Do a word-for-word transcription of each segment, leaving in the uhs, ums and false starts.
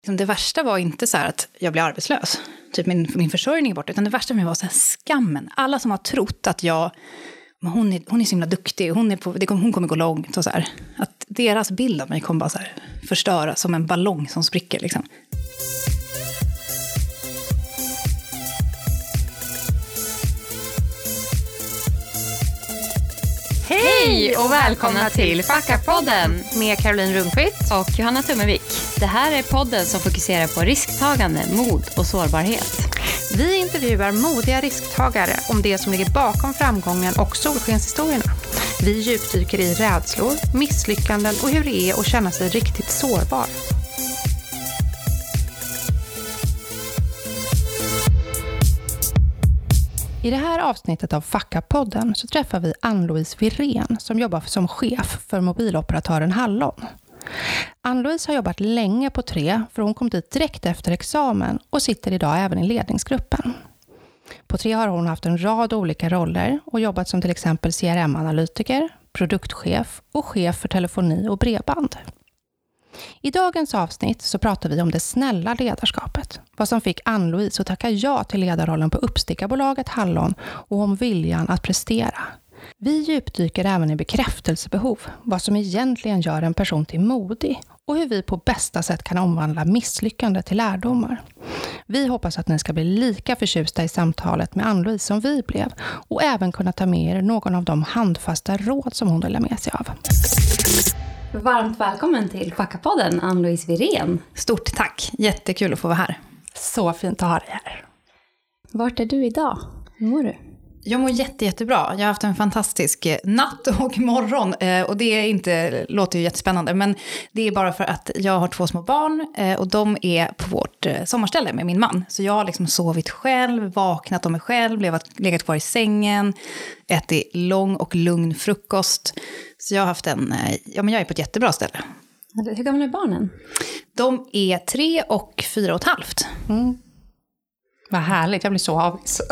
Det värsta var inte så här att jag blev arbetslös. Typ min, min försörjning är borta. Utan det värsta för mig var så här skammen. Alla som har trott att jag... Men hon, är, hon är så himla duktig. Hon, är på, det kom, hon kommer gå långt. Och så här. Att deras bild av mig kommer bara så här förstöra. Som en ballong som spricker liksom. Hej och välkomna till Facka-podden med Caroline Rundqvist och Johanna Tummervik. Det här är podden som fokuserar på risktagande, mod och sårbarhet. Vi intervjuar modiga risktagare om det som ligger bakom framgången och solskenshistorierna. Vi djupdyker i rädslor, misslyckanden och hur det är att känna sig riktigt sårbar. I det här avsnittet av Facka-podden så träffar vi Ann-Louise Wirén som jobbar som chef för mobiloperatören Hallon. Ann-Louise har jobbat länge på Tre för hon kom dit direkt efter examen och sitter idag även i ledningsgruppen. På Tre har hon haft en rad olika roller och jobbat som till exempel C R M-analytiker, produktchef och chef för telefoni och bredband. I dagens avsnitt så pratar vi om det snälla ledarskapet. Vad som fick Ann-Louise att tacka ja till ledarrollen på uppstickarbolaget Hallon och om viljan att prestera. Vi djupdyker även i bekräftelsebehov, vad som egentligen gör en person till modig och hur vi på bästa sätt kan omvandla misslyckande till lärdomar. Vi hoppas att ni ska bli lika förtjusta i samtalet med Ann-Louise som vi blev och även kunna ta med er någon av de handfasta råd som hon delar med sig av. Varmt välkommen till Facka-podden, Ann-Louise Wirén. Stort tack, jättekul att få vara här. Så fint att ha dig här. Vart är du idag? Hur mår du? Jag mår jätte, jättebra. Jag har haft en fantastisk natt och morgon. Och det är inte, låter ju jättespännande. Men det är bara för att jag har två små barn. Och de är på vårt sommarställe med min man. Så jag har liksom sovit själv, vaknat om mig själv. Legat, legat kvar i sängen. Ätit lång och lugn frukost. Så jag har haft en, ja men jag är på ett jättebra ställe. Hur gamla är barnen? De är tre och fyra och ett halvt. Mm. Vad härligt, jag blir så avis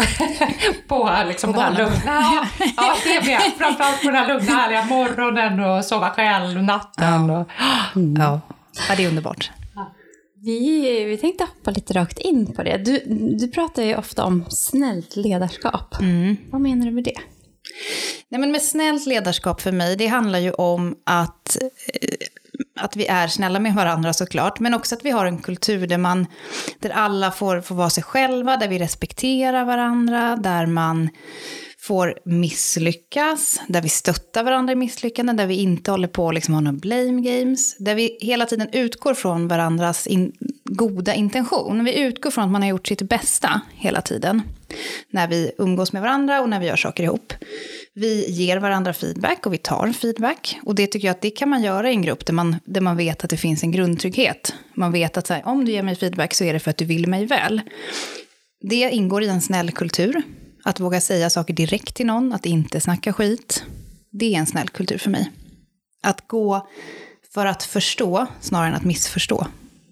på liksom på den här lugna. Ja, ja, det blir jag. Framförallt på den här lugna härliga morgonen och sova själv natten. Ja, och... mm. ja. ja det är underbart. Ja. Vi, vi tänkte hoppa lite rakt in på det. Du, du pratar ju ofta om snällt ledarskap. Mm. Vad menar du med det? Nej, men med snällt ledarskap för mig, det handlar ju om att... att vi är snälla med varandra såklart, men också att vi har en kultur där man, där alla får, får vara sig själva, där vi respekterar varandra, där man får misslyckas, där vi stöttar varandra i misslyckanden, där vi inte håller på att liksom ha några blame games, där vi hela tiden utgår från varandras in, goda intention. Vi utgår från att man har gjort sitt bästa hela tiden när vi umgås med varandra och när vi gör saker ihop. Vi ger varandra feedback och vi tar feedback. Och det tycker jag att det kan man göra i en grupp där man, där man vet att det finns en grundtrygghet. Man vet att så här, om du ger mig feedback så är det för att du vill mig väl. Det ingår i en snäll kultur. Att våga säga saker direkt till någon, att inte snacka skit. Det är en snäll kultur för mig. Att gå för att förstå snarare än att missförstå.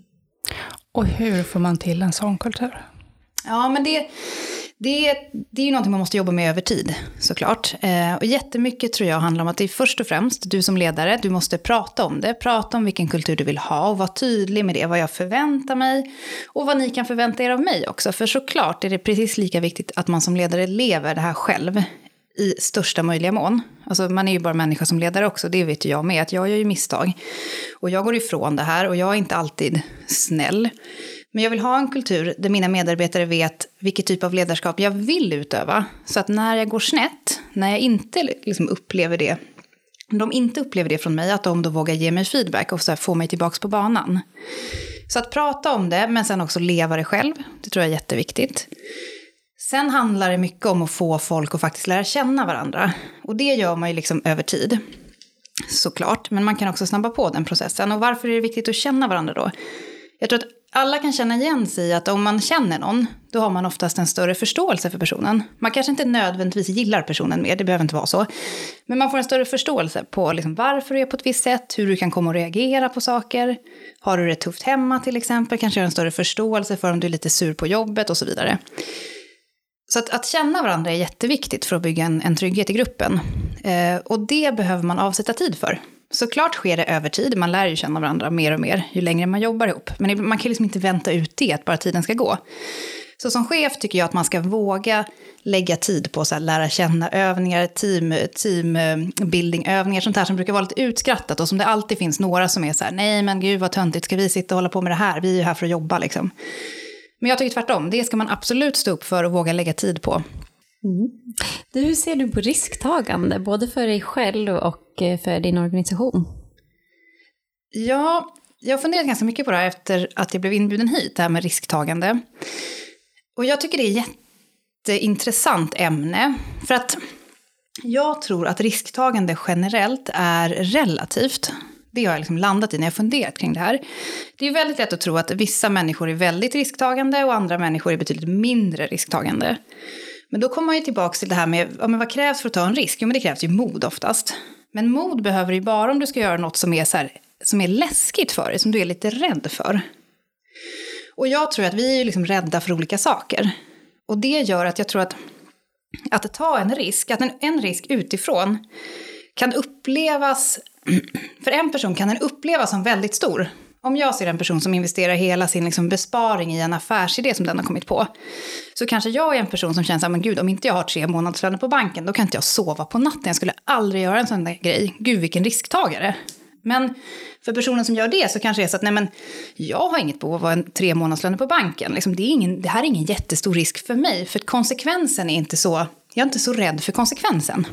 Och hur får man till en sån kultur? Ja, men det... Det är, det är ju någonting man måste jobba med över tid, såklart. Eh, och jättemycket tror jag handlar om att det är först och främst, du som ledare, du måste prata om det. Prata om vilken kultur du vill ha och vara tydlig med det, vad jag förväntar mig. Och vad ni kan förvänta er av mig också. För såklart är det precis lika viktigt att man som ledare lever det här själv i största möjliga mån. Alltså man är ju bara människa som ledare också, det vet ju jag med. Att jag gör ju misstag. Och jag går ifrån det här och jag är inte alltid snäll. Men jag vill ha en kultur där mina medarbetare vet vilket typ av ledarskap jag vill utöva. Så att när jag går snett, när jag inte liksom upplever det, de inte upplever det från mig, att de då vågar ge mig feedback och så här få mig tillbaka på banan. Så att prata om det, men sen också leva det själv, det tror jag är jätteviktigt. Sen handlar det mycket om att få folk att faktiskt lära känna varandra. Och det gör man ju liksom över tid, såklart. Men man kan också snabba på den processen. Och varför är det viktigt att känna varandra då? Jag tror att alla kan känna igen sig i att om man känner någon, då har man oftast en större förståelse för personen. Man kanske inte nödvändigtvis gillar personen mer, det behöver inte vara så. Men man får en större förståelse på liksom varför du är på ett visst sätt, hur du kan komma och reagera på saker. Har du det tufft hemma till exempel, kanske har en större förståelse för om du är lite sur på jobbet och så vidare. Så att, att känna varandra är jätteviktigt för att bygga en, en trygghet i gruppen. Eh, och det behöver man avsätta tid för. Såklart sker det över tid, man lär ju känna varandra mer och mer ju längre man jobbar ihop. Men man kan liksom inte vänta ut det, att bara tiden ska gå. Så som chef tycker jag att man ska våga lägga tid på så här, lära känna övningar, team, teambuilding-övningar, sånt här som brukar vara lite utskrattat och som det alltid finns några som är så här, nej men gud vad töntigt, ska vi sitta och hålla på med det här? Vi är ju här för att jobba liksom. Men jag tycker tvärtom, det ska man absolut stå upp för och våga lägga tid på. Mm. Du, hur ser du på risktagande, både för dig själv och för din organisation? Ja, jag har funderat ganska mycket på det här efter att jag blev inbjuden hit, det här med risktagande. Och jag tycker det är ett jätteintressant ämne. För att jag tror att risktagande generellt är relativt. Det har jag liksom landat i när jag funderat kring det här. Det är väldigt lätt att tro att vissa människor är väldigt risktagande och andra människor är betydligt mindre risktagande. Men då kommer man ju tillbaka till det här med, ja, men vad krävs för att ta en risk? Jo, men det krävs ju mod oftast. Men mod behöver du bara om du ska göra något som är, så här, som är läskigt för dig, som du är lite rädd för. Och jag tror att vi är ju liksom rädda för olika saker. Och det gör att jag tror att, att ta en risk, att en, en risk utifrån kan upplevas, för en person kan den upplevas som väldigt stor. Om jag ser en person som investerar hela sin liksom besparing i en affärsidé som den har kommit på, så kanske jag är en person som känner så här, men gud, om inte jag har tre månadslöner på banken, då kan inte jag sova på natten. Jag skulle aldrig göra en sån där grej. Gud, vilken risktagare. Men för personen som gör det så kanske det är så att nej, men jag har inget behov av en tre månadslöner på banken. Liksom, det, är ingen, det här är ingen jättestor risk för mig. För konsekvensen är inte så, jag är inte så rädd för konsekvensen.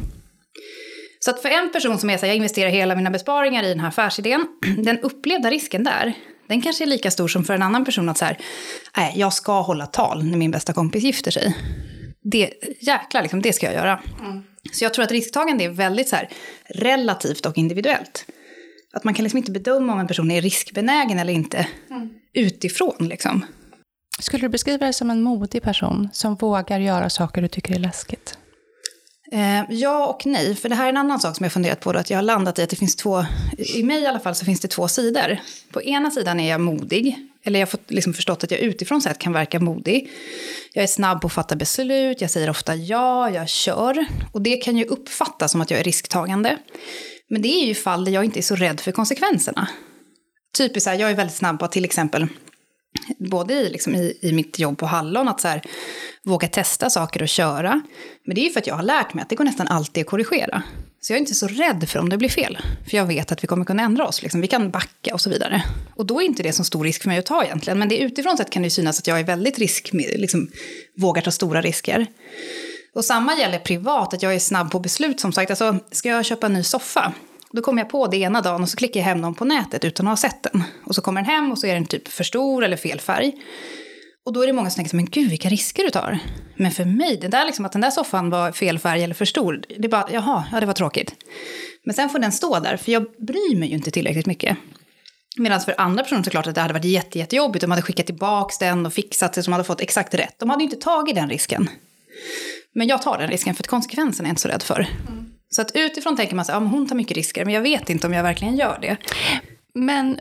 Så att för en person som är så här, jag investerar hela mina besparingar i den här affärsidén, den upplevda risken där, den kanske är lika stor som för en annan person att så här, nej, jag ska hålla tal när min bästa kompis gifter sig. Det, jäklar, liksom, det ska jag göra. Mm. Så jag tror att risktagande är väldigt så här, relativt och individuellt. Att man kan liksom inte bedöma om en person är riskbenägen eller inte mm. utifrån. Liksom. Skulle du beskriva dig som en modig person som vågar göra saker du tycker är läskigt? Eh, ja och nej, för det här är en annan sak som jag funderat på. Då, att jag har landat i att det finns två, i mig i alla fall så finns det två sidor. På ena sidan är jag modig, eller jag har fått, liksom förstått att jag utifrån sett kan verka modig. Jag är snabb på att fatta beslut, jag säger ofta ja, jag kör. Och det kan ju uppfattas som att jag är risktagande. Men det är ju fall där jag inte är så rädd för konsekvenserna. Typiskt så här, jag är väldigt snabb på att till exempel, både i, liksom i, i mitt jobb på Hallon, att så här, våga testa saker och köra. Men det är ju för att jag har lärt mig att det går nästan alltid att korrigera. Så jag är inte så rädd för om det blir fel. För jag vet att vi kommer kunna ändra oss. Liksom. Vi kan backa och så vidare. Och då är inte det så stor risk för mig att ta egentligen. Men det utifrån sett kan det synas att jag är väldigt risk, liksom, vågar ta stora risker. Och samma gäller privat, att jag är snabb på beslut som sagt. Alltså, ska jag köpa en ny soffa? Då kommer jag på det ena dagen och så klickar jag hem någon på nätet utan att ha sett den. Och så kommer den hem och så är den typ för stor eller fel färg. Och då är det många som tänker, men gud vilka risker du tar. Men för mig, det där liksom att den där soffan var fel färg eller för stor. Det är bara, jaha, ja det var tråkigt. Men sen får den stå där, för jag bryr mig ju inte tillräckligt mycket. Medan för andra personer såklart att det hade varit jätte, jättejobbigt. De hade skickat tillbaka den och fixat det så de hade fått exakt rätt. De hade ju inte tagit den risken. Men jag tar den risken för att konsekvensen är inte så rädd för. Mm. Så att utifrån tänker man så, ja, men hon tar mycket risker, men jag vet inte om jag verkligen gör det. Men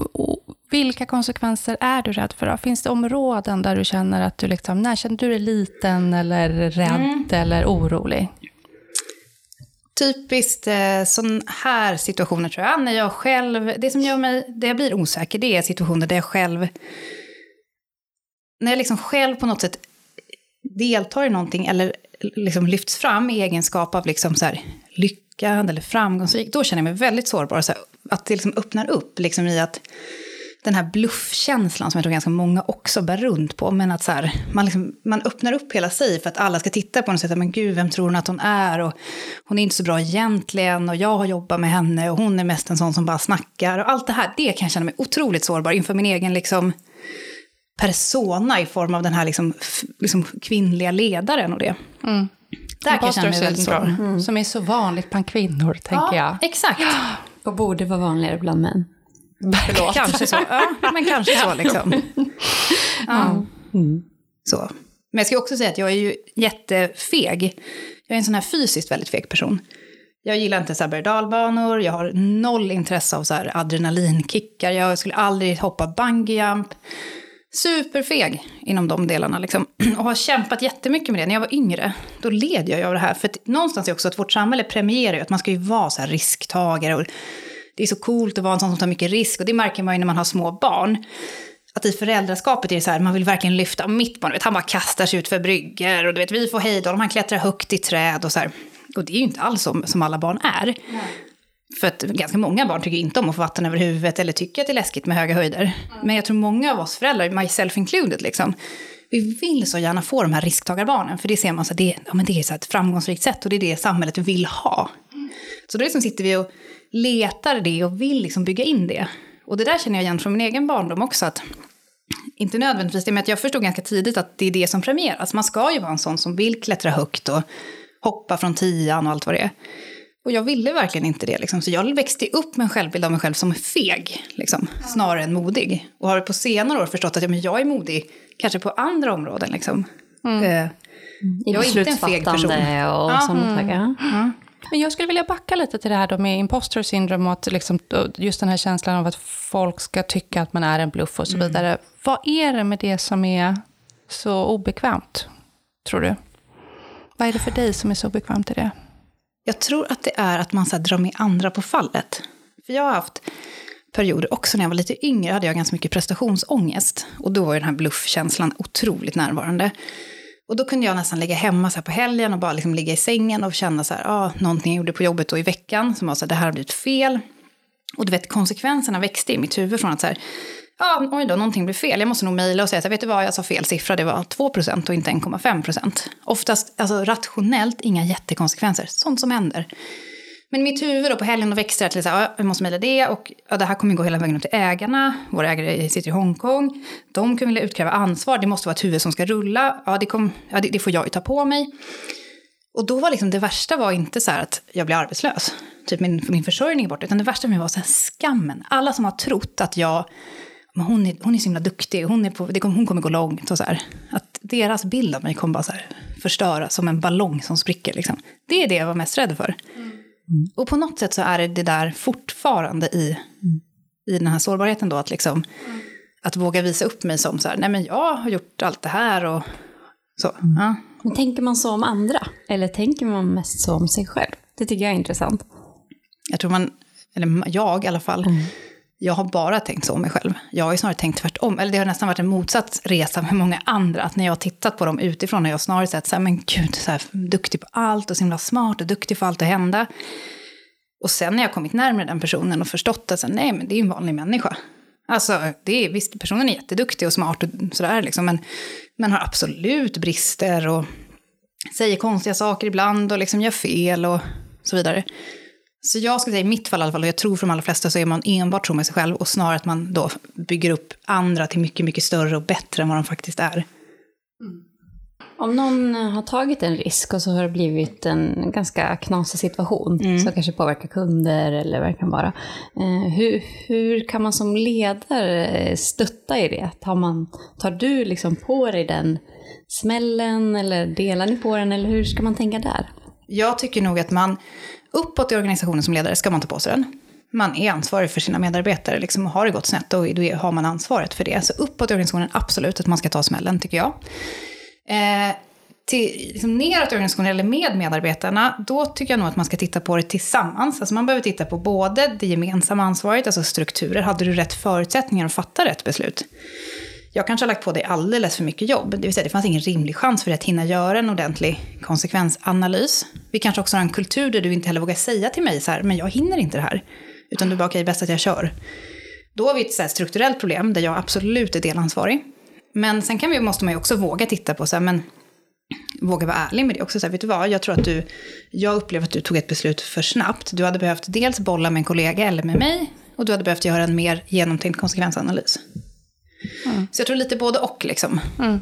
vilka konsekvenser är du rädd för då? Finns det områden där du känner att du liksom, när känner du dig liten eller rädd mm. eller orolig? Typiskt eh, sån här situationer tror jag, när jag själv, det som gör mig, det jag blir osäker, det är situationer där jag själv, när jag liksom själv på något sätt deltar i någonting eller liksom lyfts fram i egenskap av liksom så här lyckad eller framgångsrik, då känner jag mig väldigt sårbar. Så här, att det liksom öppnar upp liksom i att den här bluffkänslan som jag tror ganska många också bär runt på, men att så här, man, liksom, man öppnar upp hela sig för att alla ska titta på den och säga, men gud, vem tror hon att hon är? Och hon är inte så bra egentligen och jag har jobbat med henne och hon är mest en sån som bara snackar. Och allt det här, det kan jag känna mig otroligt sårbar inför min egen liksom persona i form av den här liksom, f- liksom kvinnliga ledaren och det. Mm. Där kan jag känna mig väldigt sårbar. Mm. Som är så vanligt bland kvinnor, tänker ja, jag. Exakt. Och borde vara vanligare bland män. Förlåt. Kanske så, ja, men kanske så liksom. Ja. Mm. Så. Men jag ska också säga att jag är ju jättefeg. Jag är en sån här fysiskt väldigt feg person. Jag gillar inte så här berg- och dalbanor. Jag har noll intresse av så här adrenalinkickar. Jag skulle aldrig hoppa bungyjump. Superfeg inom de delarna liksom. Och har kämpat jättemycket med det. När jag var yngre, då led jag ju av det här. För att någonstans är också att vårt samhälle premierar ju att man ska ju vara så här risktagare och det är så coolt att vara en sån som tar mycket risk. Och det märker man ju när man har små barn. Att i föräldraskapet är det så här, man vill verkligen lyfta mitt barn. Vet, han bara kastar sig ut för brygger och du vet, vi får hejda honom, han klättrar högt i träd och så här. Och det är ju inte alls som, som alla barn är. Nej. För att ganska många barn tycker inte om att få vatten över huvudet eller tycker att det är läskigt med höga höjder. Mm. Men jag tror många av oss föräldrar, myself included liksom, vi vill så gärna få de här risktagarbarnen. För det ser man så att det, ja, men det är så ett framgångsrikt sätt och det är det samhället vill ha. Mm. Så då liksom sitter vi och letar det och vill liksom bygga in det. Och det där känner jag igen från min egen barndom också, att inte nödvändigtvis det, men att jag förstod ganska tidigt att det är det som premieras. Man ska ju vara en sån som vill klättra högt och hoppa från tian och allt vad det är. Och jag ville verkligen inte det. Liksom. Så jag växte upp med en självbild av mig själv som feg, liksom, snarare än modig. Och har på senare år förstått att ja, men jag är modig kanske på andra områden. Liksom. Mm. Uh, jag är inte en feg person. Och ja. sånt mm. mm. Mm. Men jag skulle vilja backa lite till det här då med imposter syndrome och att liksom, just den här känslan av att folk ska tycka att man är en bluff och så mm. vidare. Vad är det med det som är så obekvämt, tror du? Vad är det för dig som är så obekvämt i det? Jag tror att det är att man så här, drar med andra på fallet. För jag har haft perioder också när jag var lite yngre hade jag ganska mycket prestationsångest. Och då var ju den här bluffkänslan otroligt närvarande. Och då kunde jag nästan ligga hemma så här på helgen och bara liksom ligga i sängen och känna så här, ah, någonting jag gjorde på jobbet då i veckan som var så här, det här har blivit fel. Och du vet, konsekvenserna växte i mitt huvud från att så här, ja, ah, oj då, någonting blev fel. Jag måste nog mejla och säga så här, vet du vad, jag sa fel siffra, det var två procent och inte en komma fem procent. Oftast, alltså rationellt, inga jättekonsekvenser, sånt som händer. Men i mitt huvud då på helgen då växte det till så här, ja, jag måste mejla det och ja, det här kommer gå hela vägen upp till ägarna. Våra ägare sitter i Hongkong. De kommer vilja utkräva ansvar, det måste vara ett huvud som ska rulla. Ja, det, kom, ja, det, det får jag ju ta på mig. Och då var liksom, det värsta var inte så här att jag blir arbetslös. Typ min, min försörjning är borta. Utan det värsta för mig var så här skammen. Alla som har trott att jag, men hon är, hon är så himla duktig. Hon, är på, det kom, hon kommer gå långt och så här. Att deras bild av mig kommer bara så här förstöra som en ballong som spricker liksom. Det är det jag var mest rädd för. Mm. Och på något sätt så är det, det där fortfarande i, mm. i den här sårbarheten då. Att liksom, mm. att våga visa upp mig som så här, nej men jag har gjort allt det här och så. Mm. Ja. Men tänker man så om andra? Eller tänker man mest så om sig själv? Det tycker jag är intressant. Jag tror man, eller jag i alla fall, mm. jag har bara tänkt så om mig själv. Jag har ju snarare tänkt tvärtom. Eller det har nästan varit en motsatt resa med många andra. Att när jag har tittat på dem utifrån har jag snarare sett så här, men gud, så här, duktig på allt och så himla smart och duktig för allt att hända. Och sen när jag kommit närmare den personen och förstått att så, nej, men det är en vanlig människa. Alltså, det är, visst, personen är jätteduktig och smart och sådär liksom, men man har absolut brister och säger konstiga saker ibland och liksom gör fel och så vidare. Så jag skulle säga i mitt fall i alla fall, och jag tror för de allra flesta så är man enbart tro med sig själv och snarare att man då bygger upp andra till mycket, mycket större och bättre än vad de faktiskt är. Mm. Om någon har tagit en risk och så har det blivit en ganska knasig situation mm. som kanske påverkar kunder eller vad det kan vara. Eh, hur, hur kan man som ledare stötta i det? Tar, man, tar du liksom på dig den smällen eller delar ni på den eller hur ska man tänka där? Jag tycker nog att man uppåt i organisationen som ledare ska man ta på sig den. Man är ansvarig för sina medarbetare. Liksom, har det gått snett då har man ansvaret för det. Så uppåt i organisationen absolut att man ska ta smällen tycker jag. Eh, till, liksom neråt i organisationen eller med medarbetarna, då tycker jag nog att man ska titta på det tillsammans. Alltså man behöver titta på både det gemensamma ansvaret, alltså strukturer. Hade du rätt förutsättningar att fatta rätt beslut? Jag kanske har lagt på dig alldeles för mycket jobb. Det vill säga det fanns ingen rimlig chans för dig att hinna göra en ordentlig konsekvensanalys. Vi kanske också har en kultur där du inte heller vågar säga till mig så här, men jag hinner inte det här. Utan du bara, okej, bäst att jag kör. Då har vi ett så här strukturellt problem där jag absolut är delansvarig. Men sen kan vi, måste man ju också våga titta på så här, men våga vara ärlig med det också. Så här, vet du vad, jag tror att du, jag upplever att du tog ett beslut för snabbt. Du hade behövt dels bolla med en kollega eller med mig. Och du hade behövt göra en mer genomtänkt konsekvensanalys. Mm. Så jag tror lite både och liksom. Mm.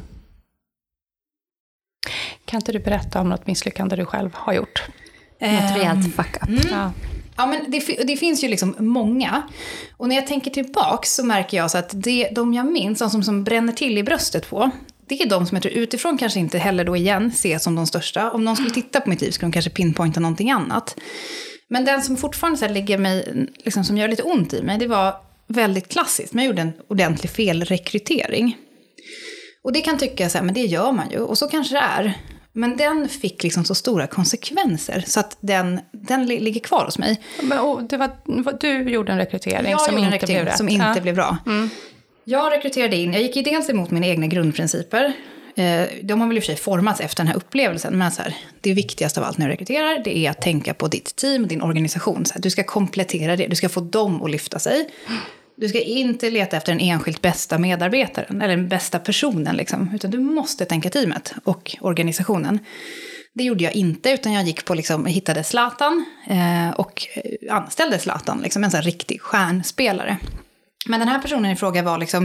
Kan inte du berätta om något misslyckande du själv har gjort? Um, något rejält fuck up. Mm. Ja. Ja, men det, det finns ju liksom många. Och när jag tänker tillbaka så märker jag så att det, de jag minns, de som, som bränner till i bröstet på, det är de som jag tror utifrån kanske inte heller då igen ses som de största. Om någon skulle titta på mitt liv skulle de kanske pinpointa någonting annat. Men den som fortfarande så här ligger mig, liksom, som gör lite ont i mig, det var väldigt klassiskt. Men jag gjorde en ordentlig felrekrytering. Och det kan tycka så här, men det gör man ju. Och så kanske det är. Men den fick liksom så stora konsekvenser så att den, den ligger kvar hos mig. Men, och det var, du gjorde en rekrytering jag som inte rekrytering blev rätt. som inte ja. blev bra. Mm. Jag rekryterade in, jag gick ju dels emot mina egna grundprinciper. De har väl i och för sig formats efter den här upplevelsen. Men så här, det viktigaste av allt när du rekryterar, det är att tänka på ditt team och din organisation. Så här, du ska komplettera det, du ska få dem att lyfta sig. Du ska inte leta efter den enskilt bästa medarbetaren eller den bästa personen. Liksom, utan du måste tänka teamet och organisationen. Det gjorde jag inte, utan jag gick på, liksom, hittade Zlatan eh, och anställde Zlatan. Liksom, en sån här riktig stjärnspelare. Men den här personen i fråga var liksom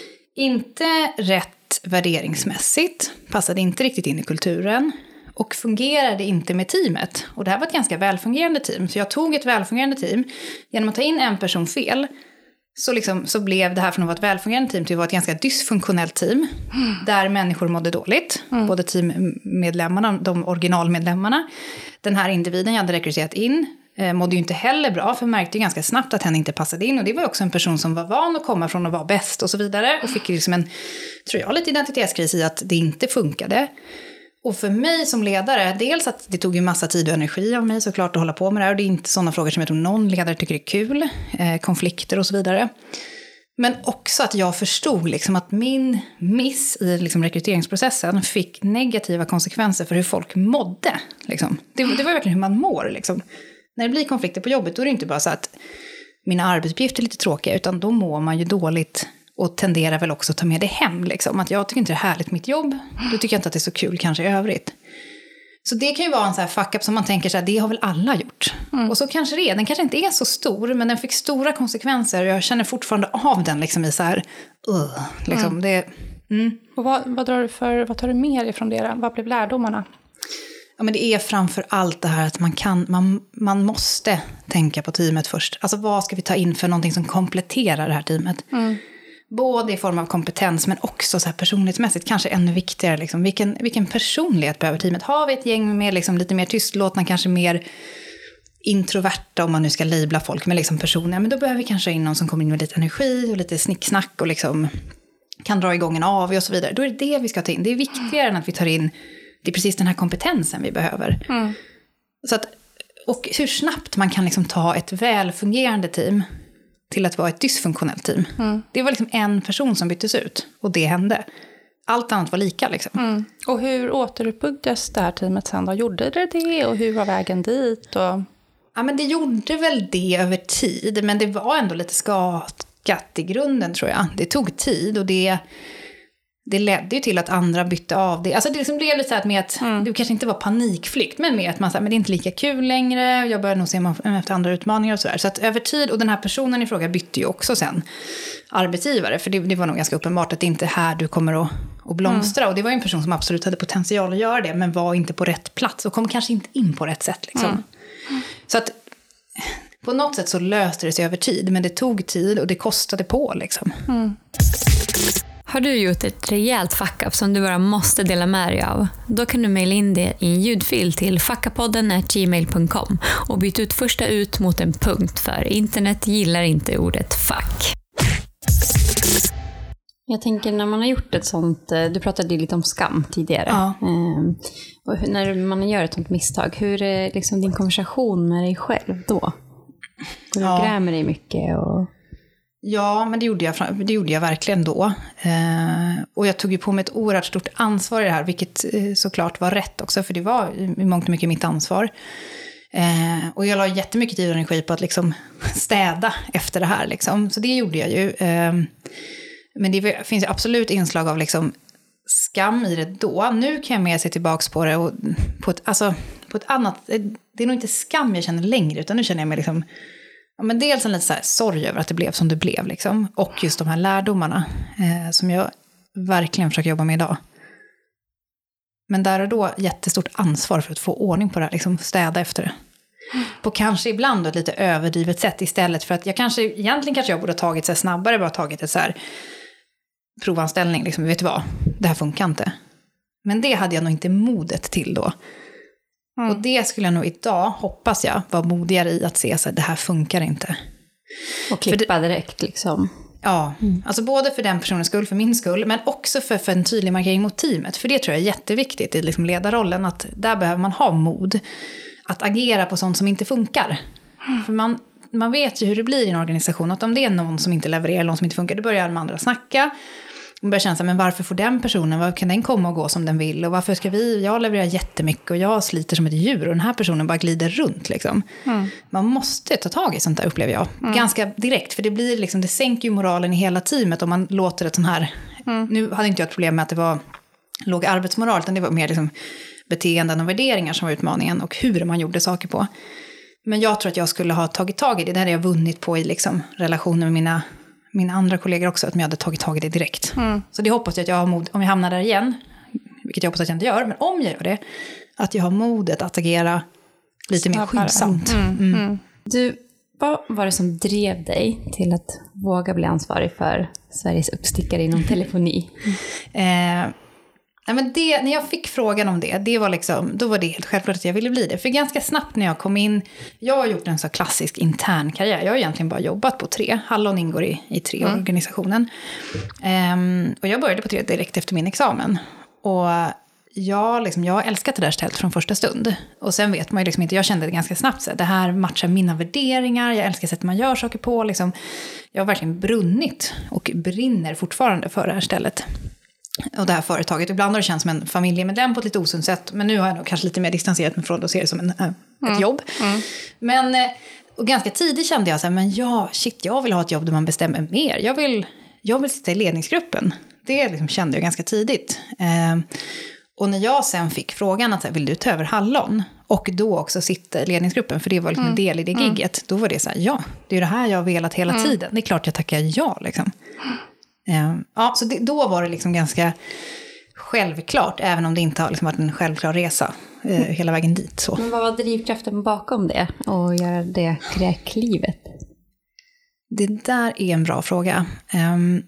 inte rätt värderingsmässigt, passade inte riktigt in i kulturen och fungerade inte med teamet. Och det här var ett ganska välfungerande team. Så jag tog ett välfungerande team. Genom att ta in en person fel så, liksom, så blev det här från att vara ett välfungerande team till att vara ett ganska dysfunktionellt team. Mm. Där människor mådde dåligt. Mm. Både teammedlemmarna, de originalmedlemmarna. Den här individen jag hade rekryterat in eh, mådde ju inte heller bra. För jag märkte ju ganska snabbt att henne inte passade in. Och det var också en person som var van att komma från att vara bäst och så vidare. Och fick liksom en, tror jag, lite identitetskris i att det inte funkade. Och för mig som ledare, dels att det tog ju massa tid och energi av mig såklart att hålla på med det här. Och det är inte sådana frågor som jag tror någon ledare tycker är kul. Eh, konflikter och så vidare. Men också att jag förstod liksom att min miss i liksom rekryteringsprocessen fick negativa konsekvenser för hur folk mådde. Liksom. Det, det var verkligen hur man mår. Liksom. När det blir konflikter på jobbet, då är det inte bara så att mina arbetsuppgifter är lite tråkiga. Utan då mår man ju dåligt. Och tenderar väl också att ta med det hem. Liksom. Att jag tycker inte det är härligt mitt jobb. Då tycker jag inte att det är så kul kanske i övrigt. Så det kan ju vara en sån här fuck-up som man tänker så här, det har väl alla gjort. Mm. Och så kanske det är. Den kanske inte är så stor, men den fick stora konsekvenser. Och jag känner fortfarande av den liksom i så här, uh, liksom. Mm. Det, mm. Och vad, vad, drar du för, vad tar du med ifrån det? Vad blev lärdomarna? Ja, men det är framför allt det här att man kan, man, man måste tänka på teamet först. Alltså vad ska vi ta in för någonting som kompletterar det här teamet? Mm. Både i form av kompetens men också så här personlighetsmässigt. Kanske ännu viktigare. Liksom. Vilken, vilken personlighet behöver teamet? Har vi ett gäng med liksom lite mer tystlåtna, kanske mer introverta om man nu ska labla folk med liksom personer. Men då behöver vi kanske in någon som kommer in med lite energi och lite snicksnack och liksom kan dra igång en av och så vidare. Då är det det vi ska ta in. Det är viktigare än att vi tar in, det är precis den här kompetensen vi behöver. Mm. Så att, och hur snabbt man kan liksom ta ett välfungerande team till att vara ett dysfunktionellt team. Mm. Det var liksom en person som byttes ut. Och det hände. Allt annat var lika liksom. Mm. Och hur återuppbyggdes det här teamet sen då? Gjorde det det? Och hur var vägen dit? Och... Ja, men det gjorde väl det över tid. Men det var ändå lite skakat i grunden, tror jag. Det tog tid och det... Det ledde ju till att andra bytte av det. Alltså det liksom blev lite så här med att mm. det kanske inte var panikflykt. Men med att man sa, men det är inte lika kul längre. Jag börjar nog se efter andra utmaningar och sådär. Så att över tid, och den här personen i fråga bytte ju också sen arbetsgivare. För det, det var nog ganska uppenbart att det inte är här du kommer att, att blomstra. Mm. Och det var ju en person som absolut hade potential att göra det. Men var inte på rätt plats. Och kom kanske inte in på rätt sätt liksom. Mm. Mm. Så att på något sätt så löste det sig över tid. Men det tog tid och det kostade på liksom. Mm. Har du gjort ett rejält fuck-up som du bara måste dela med dig av? Då kan du mejla in det i en ljudfil till fuckapodden at gmail dot com och byta ut första ut mot en punkt, för internet gillar inte ordet fuck. Jag tänker när man har gjort ett sånt, du pratade lite om skam tidigare. Ja. Ehm, och när man gör ett sånt misstag, hur är liksom din konversation med dig själv då? Du ja. grämer dig mycket och... Ja, men det gjorde jag, det gjorde jag verkligen då. Eh, och jag tog ju på mig ett oerhört stort ansvar i det här, vilket eh, såklart var rätt också, för det var i mångt och mycket mitt ansvar. Eh, och jag la jättemycket tid och energi på att liksom städa efter det här. Liksom. Så det gjorde jag ju. Eh, men det finns ju absolut inslag av liksom skam i det då. Nu kan jag mer se tillbaka på det och på ett, alltså, på ett annat... Det är nog inte skam jag känner längre, utan nu känner jag mig liksom... Ja, men dels en lite så här sorg över att det blev som det blev. Liksom. Och just de här lärdomarna eh, som jag verkligen försöker jobba med idag. Men där är då jättestort ansvar för att få ordning på det här. Liksom städa efter det. Mm. På kanske ibland ett lite överdrivet sätt istället för att jag kanske, egentligen kanske jag borde ha tagit sig snabbare, bara tagit ett så här provanställning. Liksom, vet du vad, det här funkar inte. Men det hade jag nog inte modet till då. Mm. Och det skulle jag nog idag, hoppas jag, vara modigare i att se så att det här funkar inte. Och klippa det, direkt liksom. Ja, mm. alltså både för den personens skull, för min skull, men också för, för en tydlig markering mot teamet. För det tror jag är jätteviktigt i liksom ledarrollen, att där behöver man ha mod att agera på sånt som inte funkar. Mm. För man, man vet ju hur det blir i en organisation, att om det är någon som inte levererar, någon som inte funkar, då börjar de andra snacka. Man börjar känna så här, men varför får den personen, vad kan den komma och gå som den vill? Och varför ska vi, jag levererar jättemycket och jag sliter som ett djur och den här personen bara glider runt liksom. Mm. Man måste ta tag i sånt där, upplever jag. Mm. Ganska direkt, för det blir liksom, det sänker ju moralen i hela teamet om man låter ett sånt här, mm. nu hade inte jag ett problem med att det var låg arbetsmoral, utan det var mer liksom beteenden och värderingar som var utmaningen och hur man gjorde saker på. Men jag tror att jag skulle ha tagit tag i det, det hade jag vunnit på i liksom relationer med mina mina andra kollegor också, att jag hade tagit tag i det direkt. Mm. Så det hoppas jag att jag har mod, om jag hamnar där igen, vilket jag hoppas att jag inte gör, men om jag gör det, att jag har modet att agera lite mer skyndsamt. Mm. Mm. Mm. Du, vad var det som drev dig till att våga bli ansvarig för Sveriges uppstickare inom telefoni? Mm. Eh, nej men det, när jag fick frågan om det, det var liksom, då var det helt självklart att jag ville bli det. För ganska snabbt när jag kom in, jag har gjort en så klassisk intern karriär. Jag har egentligen bara jobbat på tre. Hallon ingår i, i tre mm. organisationen. Um, och jag började på tre direkt efter min examen. Och jag, liksom, jag har älskat det där stället från första stund. Och sen vet man ju liksom inte, jag kände det ganska snabbt. Så här, det här matchar mina värderingar, jag älskar sättet man gör saker på. Liksom. Jag har verkligen brunnit och brinner fortfarande för det här stället. Och det här företaget. Ibland har det känts som en familjemedlem på ett lite osunt sätt. Men nu har jag nog kanske lite mer distanserat mig från det och ser det som en, äh, mm. ett jobb. Mm. Men, och ganska tidigt kände jag så här, men ja, shit, jag vill ha ett jobb där man bestämmer mer. Jag vill, jag vill sitta i ledningsgruppen. Det liksom kände jag ganska tidigt. Eh, och när jag sen fick frågan att, vill du ta över Hallon? Och då också sitta i ledningsgruppen, för det var liksom mm. en del i det gigget. Mm. Då var det så här, ja, det är det här jag har velat hela mm. tiden. Det är klart jag tackar ja, liksom. Ja, så det, då var det liksom ganska självklart, även om det inte har liksom varit en självklar resa eh, hela vägen dit. Så. Men vad var drivkraften bakom det och göra det klivet? Det där är en bra fråga. Um,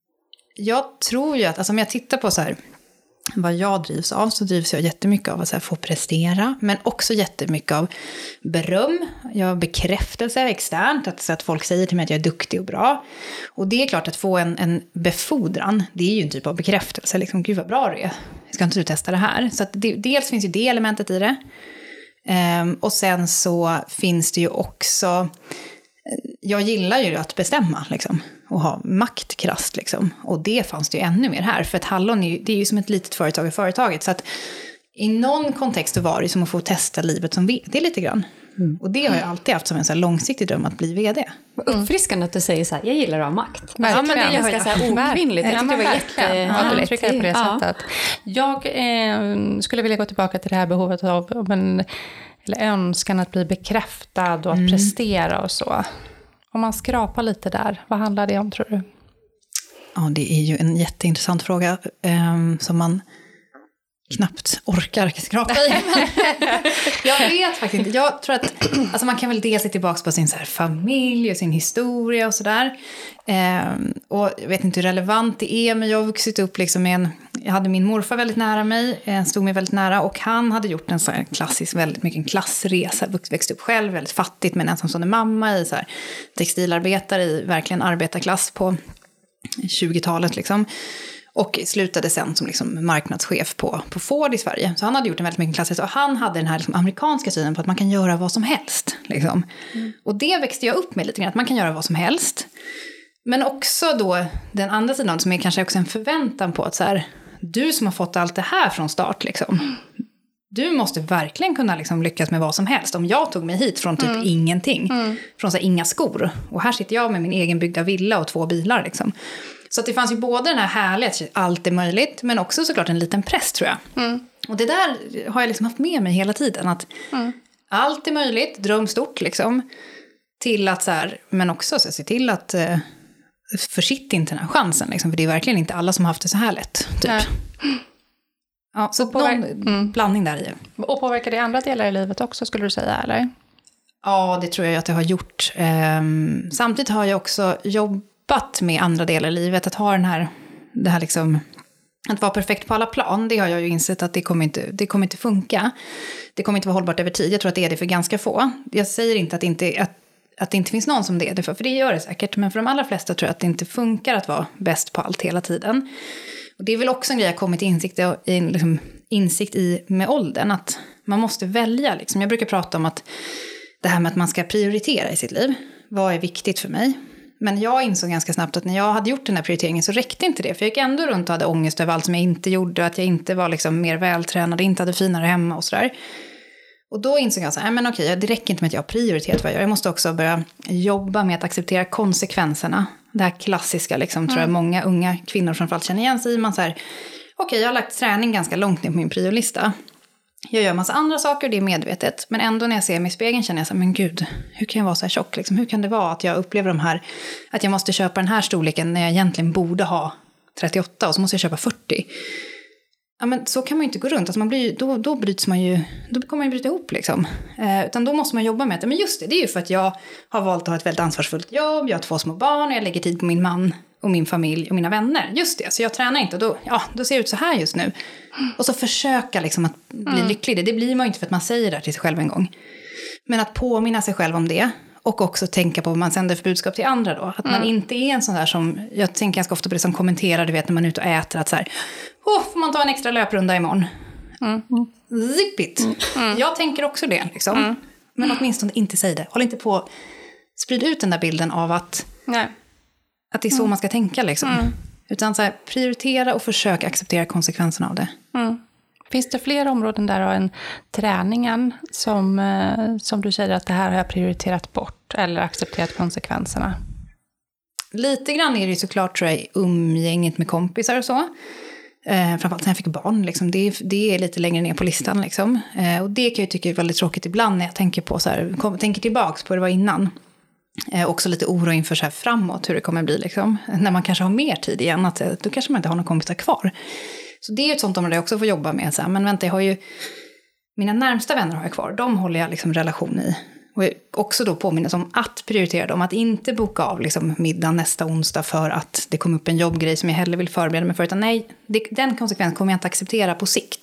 jag tror ju att, alltså om jag tittar på så här, vad jag drivs av, så drivs jag jättemycket av att så här, få prestera, men också jättemycket av beröm. Jag har bekräftelse externt, att, så att folk säger till mig att jag är duktig och bra. Och det är klart att få en, en befordran, det är ju en typ av bekräftelse. Liksom, gud vad bra det är. Ska inte du testa det här? Så att det, dels finns ju det elementet i det. Um, och sen så finns det ju också, jag gillar ju att bestämma liksom, och ha maktkrafts liksom. Och det fanns det ju ännu mer här, för att Hallon är ju, det är ju som ett litet företag i företaget, så att i någon kontext så var det som att få testa livet som vd lite grann. Mm. Och det har jag alltid haft som en så här långsiktig dröm, att bli vd. Mm. Uppfriskande att du säger så här, jag gillar att ha makt. Verkligen. Ja, men det är ganska så här okvinnligt. Jag tycker det var jättegulligt. Ja, på det sättet. Jag eh, skulle vilja gå tillbaka till det här behovet av men, eller önskan att bli bekräftad och att mm. prestera och så. Om man skrapar lite där, vad handlar det om, tror du? Ja, det är ju en jätteintressant fråga um, som man knappt orkar skrapa i. Jag vet faktiskt inte. Jag tror att alltså man kan väl dels se tillbaka på sin så här familj och sin historia och sådär. Um, och jag vet inte hur relevant det är, men jag har vuxit upp liksom med en, jag hade min morfar väldigt nära mig, stod mig väldigt nära, och han hade gjort en så här klassisk, väldigt mycket en klassresa, växte upp själv väldigt fattigt med en ensamstående mamma i så här textilarbetare i verkligen arbetarklass på tjugotalet liksom. Och slutade sen som liksom marknadschef på, på Ford i Sverige. Så han hade gjort en väldigt mycket klassresa. Och han hade den här liksom amerikanska synen på att man kan göra vad som helst. Liksom. Mm. Och det växte jag upp med lite grann. Att man kan göra vad som helst. Men också då den andra sidan som är kanske också en förväntan på att så här, du som har fått allt det här från start liksom. Du måste verkligen kunna liksom lyckas med vad som helst. Om jag tog mig hit från typ mm. ingenting. Mm. Från så här, inga skor. Och här sitter jag med min egen byggda villa och två bilar liksom. Så att det fanns ju både den här härliga, allt är möjligt, men också såklart en liten press, tror jag. Mm. Och det där har jag liksom haft med mig hela tiden. Att mm. allt är möjligt, dröm stort liksom. Till att så här, men också så se till att eh, försitt inte den här chansen. Liksom, för det är verkligen inte alla som har haft det så här lätt. Typ. Ja. Ja, så någon mm. blandning där i. Och påverkar det andra delar i livet också, skulle du säga, eller? Ja, det tror jag att jag har gjort. Um, samtidigt har jag också jobbat med andra delar i livet. Att ha den här, det här liksom, att vara perfekt på alla plan, det har jag ju insett att det kommer inte, det kommer inte funka. Det kommer inte vara hållbart över tid. Jag tror att det är det för ganska få. Jag säger inte att, inte, att, att det inte finns någon som det är det för. För det gör det säkert. Men för de allra flesta tror jag att det inte funkar att vara bäst på allt hela tiden. Och det är väl också en grej jag kommit till insikt i, liksom, insikt i med åldern. Att man måste välja. Liksom. Jag brukar prata om att det här med att man ska prioritera i sitt liv. Vad är viktigt för mig? Men jag insåg ganska snabbt att när jag hade gjort den här prioriteringen så räckte inte det. För jag gick ändå runt och hade ångest över allt som jag inte gjorde. Att jag inte var liksom mer vältränad, inte hade finare hemma och sådär. Och då insåg jag så här, men okej, det räcker inte med att jag har prioriterat vad jag gör. Jag måste också börja jobba med att acceptera konsekvenserna. Det här klassiska, liksom, mm. tror jag många unga kvinnor framförallt känner igen sig i. Man så här, okej, jag har lagt träning ganska långt ner på min priolista. Jag gör en massa andra saker, det är medvetet. Men ändå när jag ser mig i spegeln känner jag så här, men gud, hur kan jag vara så här tjock? Liksom, hur kan det vara att jag upplever de här, att jag måste köpa den här storleken när jag egentligen borde ha trettioåtta och så måste jag köpa fyrtio. Ja, men så kan man ju inte gå runt. Alltså man blir, då, då bryts man ju, då kommer man ju bryta ihop liksom. Eh, utan då måste man jobba med det. Men just det, det är ju för att jag har valt att ha ett väldigt ansvarsfullt jobb. Jag har två små barn och jag lägger tid på min man och min familj och mina vänner. Just det, så jag tränar inte och då, ja, då ser det ut så här just nu. Och så försöka liksom att bli mm. lycklig. Det blir man ju inte för att man säger det till sig själv en gång. Men att påminna sig själv om det. Och också tänka på vad man sänder för budskap till andra då. Att mm. man inte är en sån där som, jag tänker ganska ofta på det som kommenterar, du vet när man är ute och äter, att så här, åh, får man ta en extra löprunda imorgon? Mm. Zip it. Mm. Jag tänker också det liksom. Mm. Men åtminstone inte säg det. Håll inte på, sprid ut den där bilden av att, Nej. att det är så mm. man ska tänka liksom. Mm. Utan så här, prioritera och försöka acceptera konsekvenserna av det. Mm. Finns det fler områden där än träningen som, som du säger att det här har jag prioriterat bort eller accepterat konsekvenserna? Lite grann är det ju såklart, tror jag, umgänget med kompisar och så. Eh, framförallt när jag fick barn. Liksom. Det, det är lite längre ner på listan. Liksom. Eh, och det kan jag tycka är väldigt tråkigt ibland när jag tänker på så här, kom, tänker tillbaka på hur det var innan. Eh, också lite oro inför så här framåt hur det kommer bli. Liksom. När man kanske har mer tid igen, att, då kanske man inte har någon kompisar kvar. Så det är ju ett sånt område jag också får jobba med. Så här. Men vänta, jag har ju, mina närmsta vänner har jag kvar. De håller jag liksom relation i. Och också då påminnas om att prioritera dem. Att inte boka av liksom middag nästa onsdag för att det kom upp en jobbgrej som jag hellre vill förbereda mig för. Utan nej, det, den konsekvensen kommer jag inte acceptera på sikt.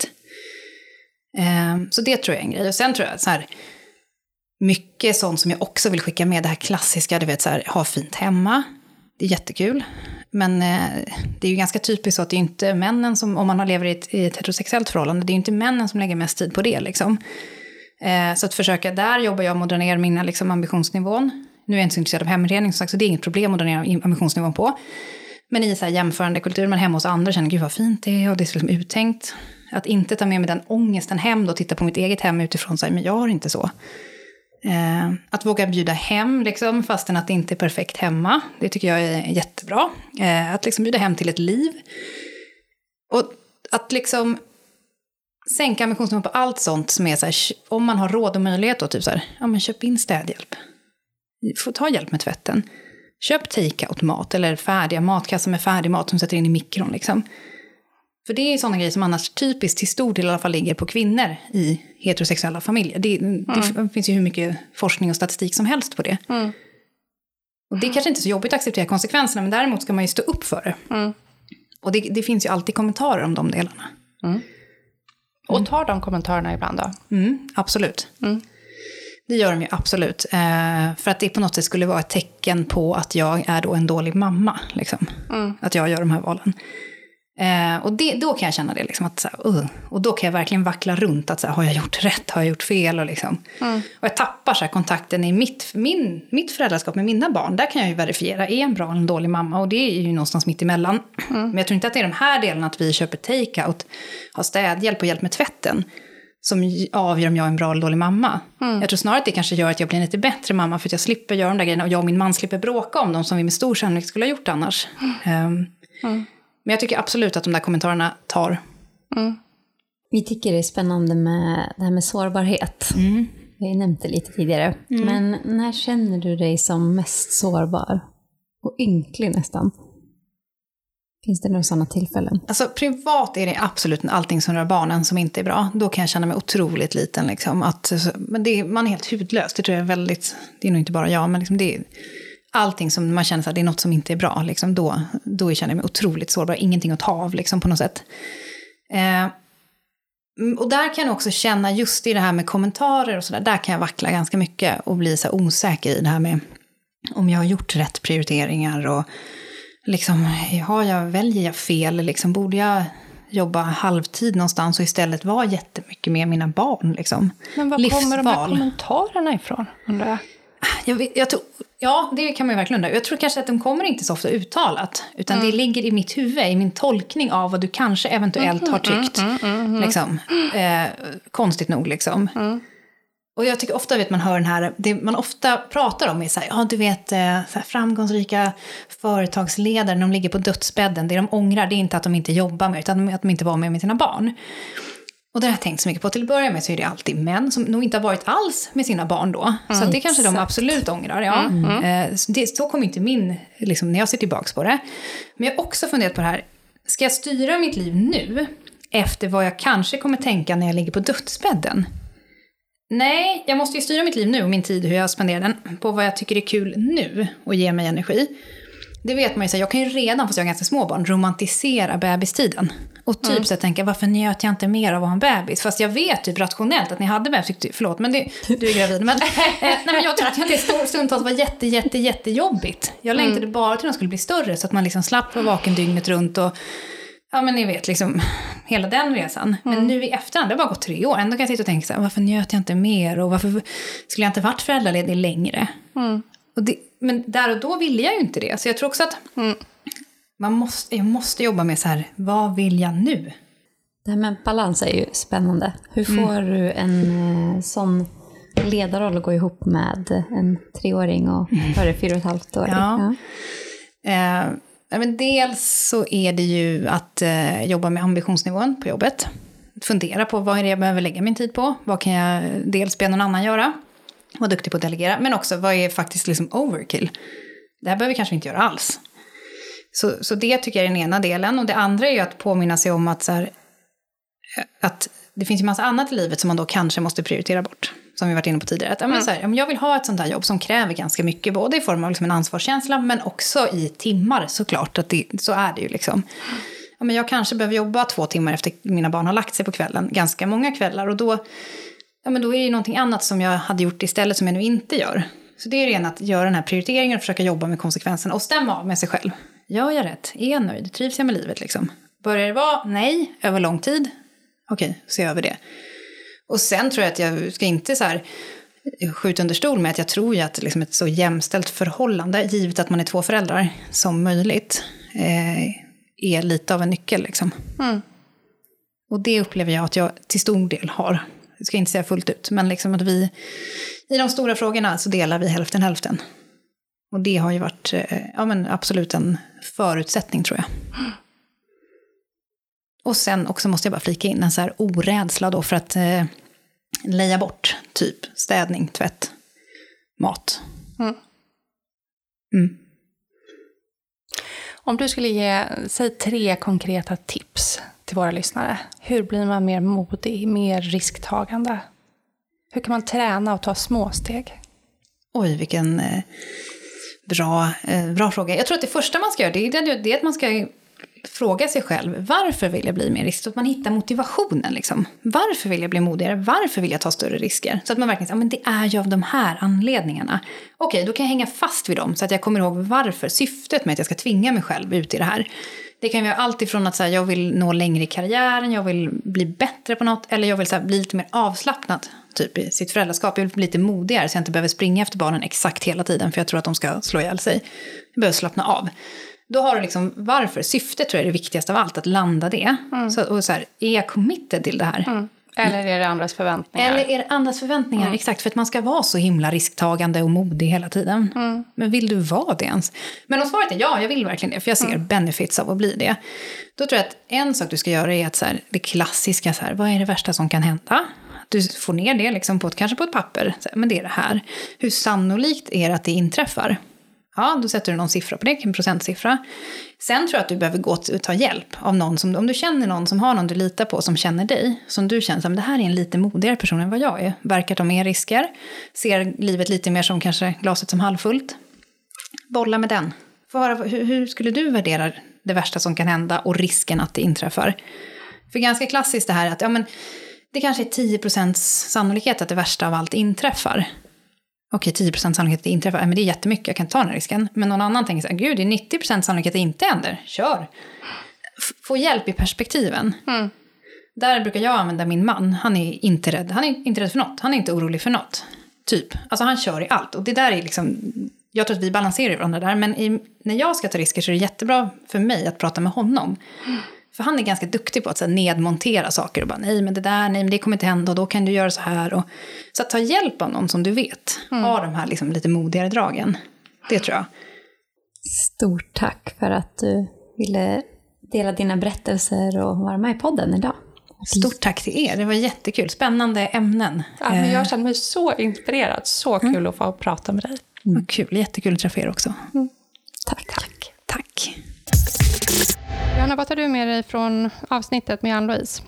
Eh, så det tror jag är en grej. Och sen tror jag så här, mycket sånt som jag också vill skicka med. Det här klassiska, du vet så här, ha fint hemma. Det är jättekul. Men eh, det är ju ganska typiskt så att det är inte männen som, om man har lever i ett, i ett heterosexuellt förhållande, det är ju inte männen som lägger mest tid på det liksom. Eh, så att försöka, där jobbar jag med att dra ner mina liksom, ambitionsnivån. Nu är jag inte så intresserad av hemredning så, så det är inget problem att dra ner ambitionsnivån på. Men i så här jämförande kultur, man hemma hos andra känner, gud vad fint det är och det är så liksom uttänkt. Att inte ta med mig den ångesten hem då, titta på mitt eget hem utifrån, så här, men jag har inte så. Eh, att våga bjuda hem liksom, fastän att det inte är perfekt hemma, det tycker jag är jättebra. Eh, att liksom bjuda hem till ett liv. Och att liksom sänka ambitionsnivån på allt sånt som är så här, om man har råd och möjlighet då, typ så här, ja men köp in städhjälp. Få ta hjälp med tvätten. Köp take-out-mat eller färdiga matkassar med färdig mat som sätter in i mikron liksom. För det är sådana grejer som annars typiskt till stor del i alla fall ligger på kvinnor i heterosexuella familjer. Det, mm. det finns ju hur mycket forskning och statistik som helst på det. Mm. Och det är kanske inte så jobbigt att acceptera konsekvenserna, men däremot ska man ju stå upp för det. Mm. Och det, det finns ju alltid kommentarer om de delarna. Mm. Och tar de kommentarerna ibland då? Mm, absolut. Mm. Det gör de ju absolut. Eh, för att det på något sätt skulle vara ett tecken på att jag är då en dålig mamma. Liksom. Mm. Att jag gör de här valen. Eh, och det, då kan jag känna det. Liksom, att, så här, uh, och då kan jag verkligen vackla runt. Att, så här, har jag gjort rätt? Har jag gjort fel? Och, liksom. mm. och jag tappar så här, kontakten i mitt, min, mitt föräldraskap med mina barn. Där kan jag ju verifiera. Är en bra eller en dålig mamma? Och det är ju någonstans mitt emellan. Mm. Men jag tror inte att det är de här delarna. Att vi köper take-out. Har städhjälp och hjälp med tvätten. Som avgör om jag är en bra eller dålig mamma. Mm. Jag tror snarare att det kanske gör att jag blir en lite bättre mamma. För att jag slipper göra de där grejerna. Och jag och min man slipper bråka om dem. Som vi med stor sannolikhet skulle ha gjort annars. Mm. Um, mm. Men jag tycker absolut att de där kommentarerna tar. Mm. Vi tycker det är spännande med det här med sårbarhet. Mm. Vi har ju nämnt det lite tidigare. Mm. Men när känner du dig som mest sårbar? Och ynklig nästan. Finns det några sådana tillfällen? Alltså privat är det absolut allting som rör barnen som inte är bra. Då kan jag känna mig otroligt liten. Liksom. Att, men det är, man är helt hudlös. Det tror jag är väldigt, det är nog inte bara jag, men liksom det är allting som man känner att det är något som inte är bra. Liksom, då, då känner jag mig otroligt sårbar. Ingenting att ta av liksom, på något sätt. Eh, Och där kan jag också känna just i det här med kommentarer och sådär, där kan jag vackla ganska mycket och bli så osäker i det här med om jag har gjort rätt prioriteringar och liksom, har jag, väljer jag fel, liksom, borde jag jobba halvtid någonstans och istället vara jättemycket med mina barn, liksom. Men var Livsval. kommer de här kommentarerna ifrån, undrar jag? Jag, vet, jag tror, ja, det kan man ju verkligen undra. Jag tror kanske att de kommer inte så ofta uttalat, utan mm. det ligger i mitt huvud, i min tolkning av vad du kanske eventuellt mm, har tyckt. Mm, mm, mm, liksom. eh, konstigt nog, liksom. Mm. Och jag tycker ofta vet man hör den här, det man ofta pratar om är så här, ja du vet, så här, framgångsrika företagsledare, när de ligger på dödsbädden, det de ångrar, det är inte att de inte jobbar med, utan att de inte var med med sina barn. Och det har jag tänkt så mycket på. Till att börja med så är det alltid män som nog inte har varit alls med sina barn då. Mm, så det kanske exakt. De absolut ångrar. Ja. Mm. Eh, det, så kommer inte min, liksom, när jag ser tillbaka på det. Men jag har också funderat på det här. Ska jag styra mitt liv nu efter vad jag kanske kommer tänka när jag ligger på dödsbädden? Nej, jag måste ju styra mitt liv nu och min tid, hur jag spenderar den, på vad jag tycker är kul nu och ger mig energi. Det vet man ju, så jag kan ju redan, fast jag har ganska små barn, romantisera bebistiden. Och typ mm. så jag tänker, varför njöt jag inte mer av att ha en bebis? Fast jag vet typ rationellt att ni hade bebis, tyckte, förlåt, men det, du är gravid. Men, eh, nej, men jag tyckte att det stundtals var jätte, jätte, jättejobbigt. Jag längtade mm. bara till att de skulle bli större, så att man liksom slapp vara vaken dygnet runt och, ja men ni vet, liksom hela den resan. Men mm. nu i efterhand, det har bara gått tre år, ändå kan jag sitta och tänka så här, varför njöt jag inte mer? Och varför skulle jag inte varit föräldraledig längre? Mm. Och det, men där och då ville jag ju inte det. Så jag tror också att mm. man måste, jag måste jobba med så här, vad vill jag nu? Det här med balans är ju spännande. Hur får mm. du en eh, sån ledarroll att gå ihop med en treåring och mm. fyra och ett halvt år? Ja. Ja. Eh, men dels så är det ju att eh, jobba med ambitionsnivån på jobbet. Fundera på vad är det jag behöver lägga min tid på. Vad kan jag dels be någon annan göra? Vara duktig på att delegera. Men också, vad är faktiskt liksom overkill? Det här behöver vi kanske inte göra alls. Så, så det tycker jag är den ena delen. Och det andra är ju att påminna sig om att, så här, att det finns ju massa annat i livet som man då kanske måste prioritera bort. Som vi varit inne på tidigare. Att, ja, men så här, jag vill ha ett sånt här jobb som kräver ganska mycket. Både i form av liksom en ansvarskänsla, men också i timmar såklart. Att det, så är det ju liksom. Ja, men jag kanske behöver jobba två timmar efter mina barn har lagt sig på kvällen. Ganska många kvällar. Och då... Ja, men då är det ju någonting annat som jag hade gjort istället som jag nu inte gör. Så det är redan att göra den här prioriteringen och försöka jobba med konsekvenserna och stämma av med sig själv. Gör jag rätt? Är jag nöjd? Trivs jag med livet liksom? Börjar det vara nej över lång tid? Okej, se över det. Och sen tror jag att jag ska inte så här skjuta under stol med att jag tror ju att liksom ett så jämställt förhållande, givet att man är två föräldrar som möjligt, eh, är lite av en nyckel liksom. Mm. Och det upplever jag att jag till stor del har. Jag ska inte säga fullt ut, men liksom att vi i de stora frågorna så delar vi hälften hälften. Och det har ju varit ja, men absolut en förutsättning, tror jag. Och sen också måste jag bara flika in en så här orädsla då för att eh, leja bort typ städning, tvätt, mat. Mm. Mm. Om du skulle ge, säg tre konkreta tips till våra lyssnare. Hur blir man mer modig, mer risktagande? Hur kan man träna och ta små steg? Oj, vilken eh, bra, eh, bra fråga. Jag tror att det första man ska göra, det är, det är att man ska fråga sig själv, varför vill jag bli mer risk? Så att man hittar motivationen liksom. Varför vill jag bli modigare? Varför vill jag ta större risker? Så att man verkligen säger, ja, men det är ju av de här anledningarna. Okej, då kan jag hänga fast vid dem så att jag kommer ihåg varför. Syftet med att jag ska tvinga mig själv ut i det här. Det kan ju vara allt ifrån att så här, jag vill nå längre i karriären, jag vill bli bättre på något, eller jag vill så här, bli lite mer avslappnad typ i sitt föräldraskap. Jag vill bli lite modigare så jag inte behöver springa efter barnen exakt hela tiden för jag tror att de ska slå ihjäl sig. Jag behöver slappna av. Då har du liksom, varför? Syftet tror jag är det viktigaste av allt, att landa det. Mm. Så, och så här, är jag committed till det här? Mm. Eller är det andras förväntningar? Eller är det andras förväntningar, mm. exakt. För att man ska vara så himla risktagande och modig hela tiden. Mm. Men vill du vara det ens? Men om svaret är ja, jag vill verkligen det. För jag ser mm. benefits av att bli det. Då tror jag att en sak du ska göra är att så här, det klassiska, så här, vad är det värsta som kan hända? Du får ner det liksom på ett, kanske på ett papper. Så här, men det är det här. Hur sannolikt är det att det inträffar? Ja, då sätter du någon siffra på det, en procentsiffra. Sen tror jag att du behöver gå och ta hjälp av någon som, om du känner någon som har någon du litar på som känner dig, som du känner som det här är en lite modigare person än vad jag är, verkar ta mer risker, ser livet lite mer som kanske glaset som halvfullt. Bolla med den. För, hur, hur skulle du värdera det värsta som kan hända och risken att det inträffar? För ganska klassiskt det här att ja, men, det kanske är tio procent sannolikhet att det värsta av allt inträffar. Okej, tio procent sannolikhet att det inträffar, men det är jättemycket, jag kan ta den risken. Men någon annan tänker så här, gud, det är nittio procent sannolikhet att det inte händer. Kör! F- få hjälp i perspektiven. Mm. Där brukar jag använda min man. Han är inte rädd. Han är inte rädd för något. Han är inte orolig för något. Typ. Alltså han kör i allt. Och det där är liksom... Jag tror att vi balanserar varandra där. Men i, när jag ska ta risker så är det jättebra för mig att prata med honom. Mm. För han är ganska duktig på att så här, nedmontera saker. Och bara, nej men det där, nej men det kommer inte hända. Och då kan du göra så här. Och, så att ta hjälp av någon som du vet. Mm. Har de här liksom, lite modigare dragen. Det tror jag. Stort tack för att du ville dela dina berättelser och vara med i podden idag. Stort tack till er. Det var jättekul. Spännande ämnen. Ja, men jag känner mig så inspirerad. Så kul mm. att få prata med dig. Mm. Kul. Jättekul att träffa er också. Mm. Tack. Tack. Tack. Johanna, vad tar du med dig från avsnittet med Ann-Louise?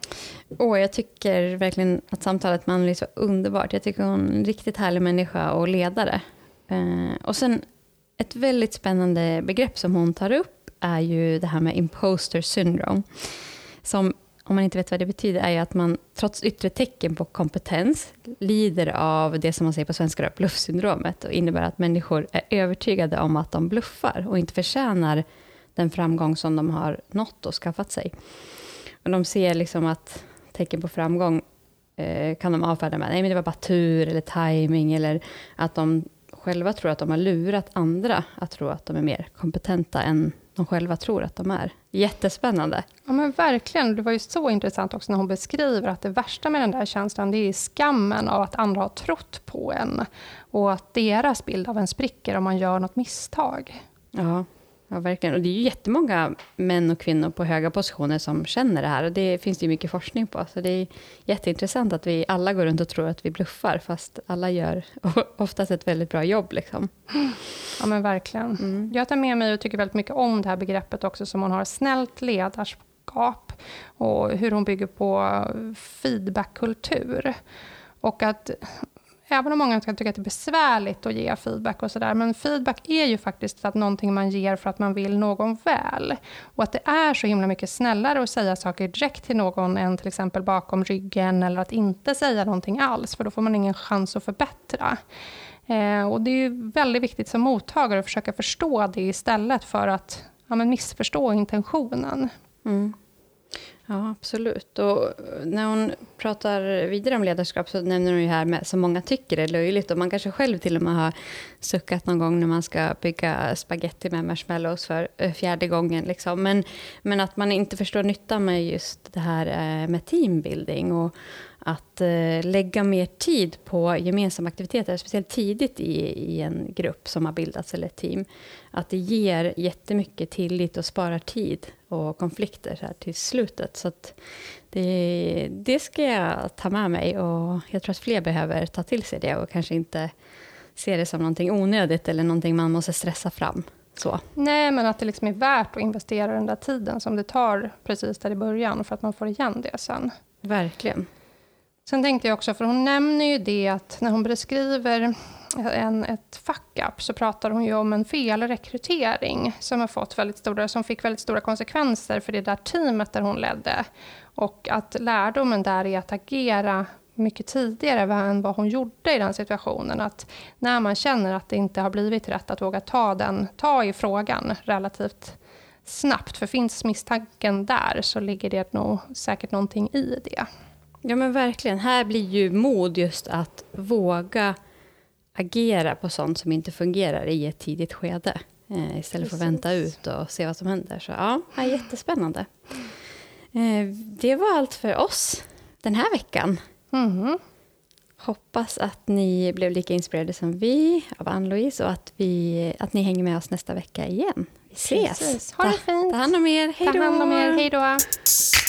Oh, jag tycker verkligen att samtalet med Ann-Louise var underbart. Jag tycker hon är en riktigt härlig människa och ledare. Eh, och sen ett väldigt spännande begrepp som hon tar upp är ju det här med imposter syndrome. Som, om man inte vet vad det betyder, är ju att man trots yttre tecken på kompetens lider av det som man säger på svenska bluffsyndromet, och innebär att människor är övertygade om att de bluffar och inte förtjänar den framgång som de har nått och skaffat sig. Och de ser liksom att tecken på framgång eh, kan de avfärda med, nej men det var bara tur eller timing, eller att de själva tror att de har lurat andra att tro att de är mer kompetenta än de själva tror att de är. Jättespännande. Ja men verkligen, det var ju så intressant också när hon beskriver att det värsta med den där känslan, det är skammen av att andra har trott på en. Och att deras bild av en spricker om man gör något misstag. Ja, ja verkligen. Och det är ju jättemånga män och kvinnor på höga positioner som känner det här. Och det finns det ju mycket forskning på. Så det är jätteintressant att vi alla går runt och tror att vi bluffar. Fast alla gör oftast ett väldigt bra jobb liksom. Ja men verkligen. Mm. Jag tar med mig och tycker väldigt mycket om det här begreppet också som hon har, snällt ledarskap. Och hur hon bygger på feedbackkultur. Och att även om många kan tycka att det är besvärligt att ge feedback och sådär, men feedback är ju faktiskt att någonting man ger för att man vill någon väl. Och att det är så himla mycket snällare att säga saker direkt till någon än till exempel bakom ryggen, eller att inte säga någonting alls, för då får man ingen chans att förbättra. Eh, och det är ju väldigt viktigt som mottagare att försöka förstå det istället för att ja, men missförstå intentionen. Mm. Ja, absolut. Och när hon pratar vidare om ledarskap så nämner hon ju här med, som många tycker är löjligt. Och man kanske själv till och med har suckat någon gång när man ska bygga spaghetti med marshmallows för fjärde gången. Liksom. Men, men att man inte förstår nyttan med just det här med teambuilding. Och att eh, lägga mer tid på gemensamma aktiviteter, speciellt tidigt i, i en grupp som har bildats eller ett team. Att det ger jättemycket tillit och sparar tid och konflikter här till slutet. Så att det, det ska jag ta med mig, och jag tror att fler behöver ta till sig det och kanske inte se det som någonting onödigt eller någonting man måste stressa fram. Så. Nej, men att det liksom är värt att investera den där tiden som det tar precis där i början för att man får igen det sen. Verkligen. Sen tänkte jag också, för hon nämner ju det att när hon beskriver en, ett fuck-up så pratar hon ju om en felrekrytering som har fått väldigt stora, som fick väldigt stora konsekvenser för det där teamet där hon ledde. Och att lärdomen där är att agera mycket tidigare än vad hon gjorde i den situationen. Att när man känner att det inte har blivit rätt, att våga ta, den, ta i frågan relativt snabbt. För finns misstanken där så ligger det nog säkert någonting i det. Ja men verkligen, här blir ju mod just att våga agera på sånt som inte fungerar i ett tidigt skede. Eh, istället för att vänta ut och se vad som händer. Så ja, det är jättespännande. Eh, det var allt för oss den här veckan. Mm. Hoppas att ni blev lika inspirerade som vi av Ann-Louise, och att, vi, att ni hänger med oss nästa vecka igen. Vi ses. Precis. Ha det fint. Ta hand om er. Hej då. Ta hand om er. Hej då.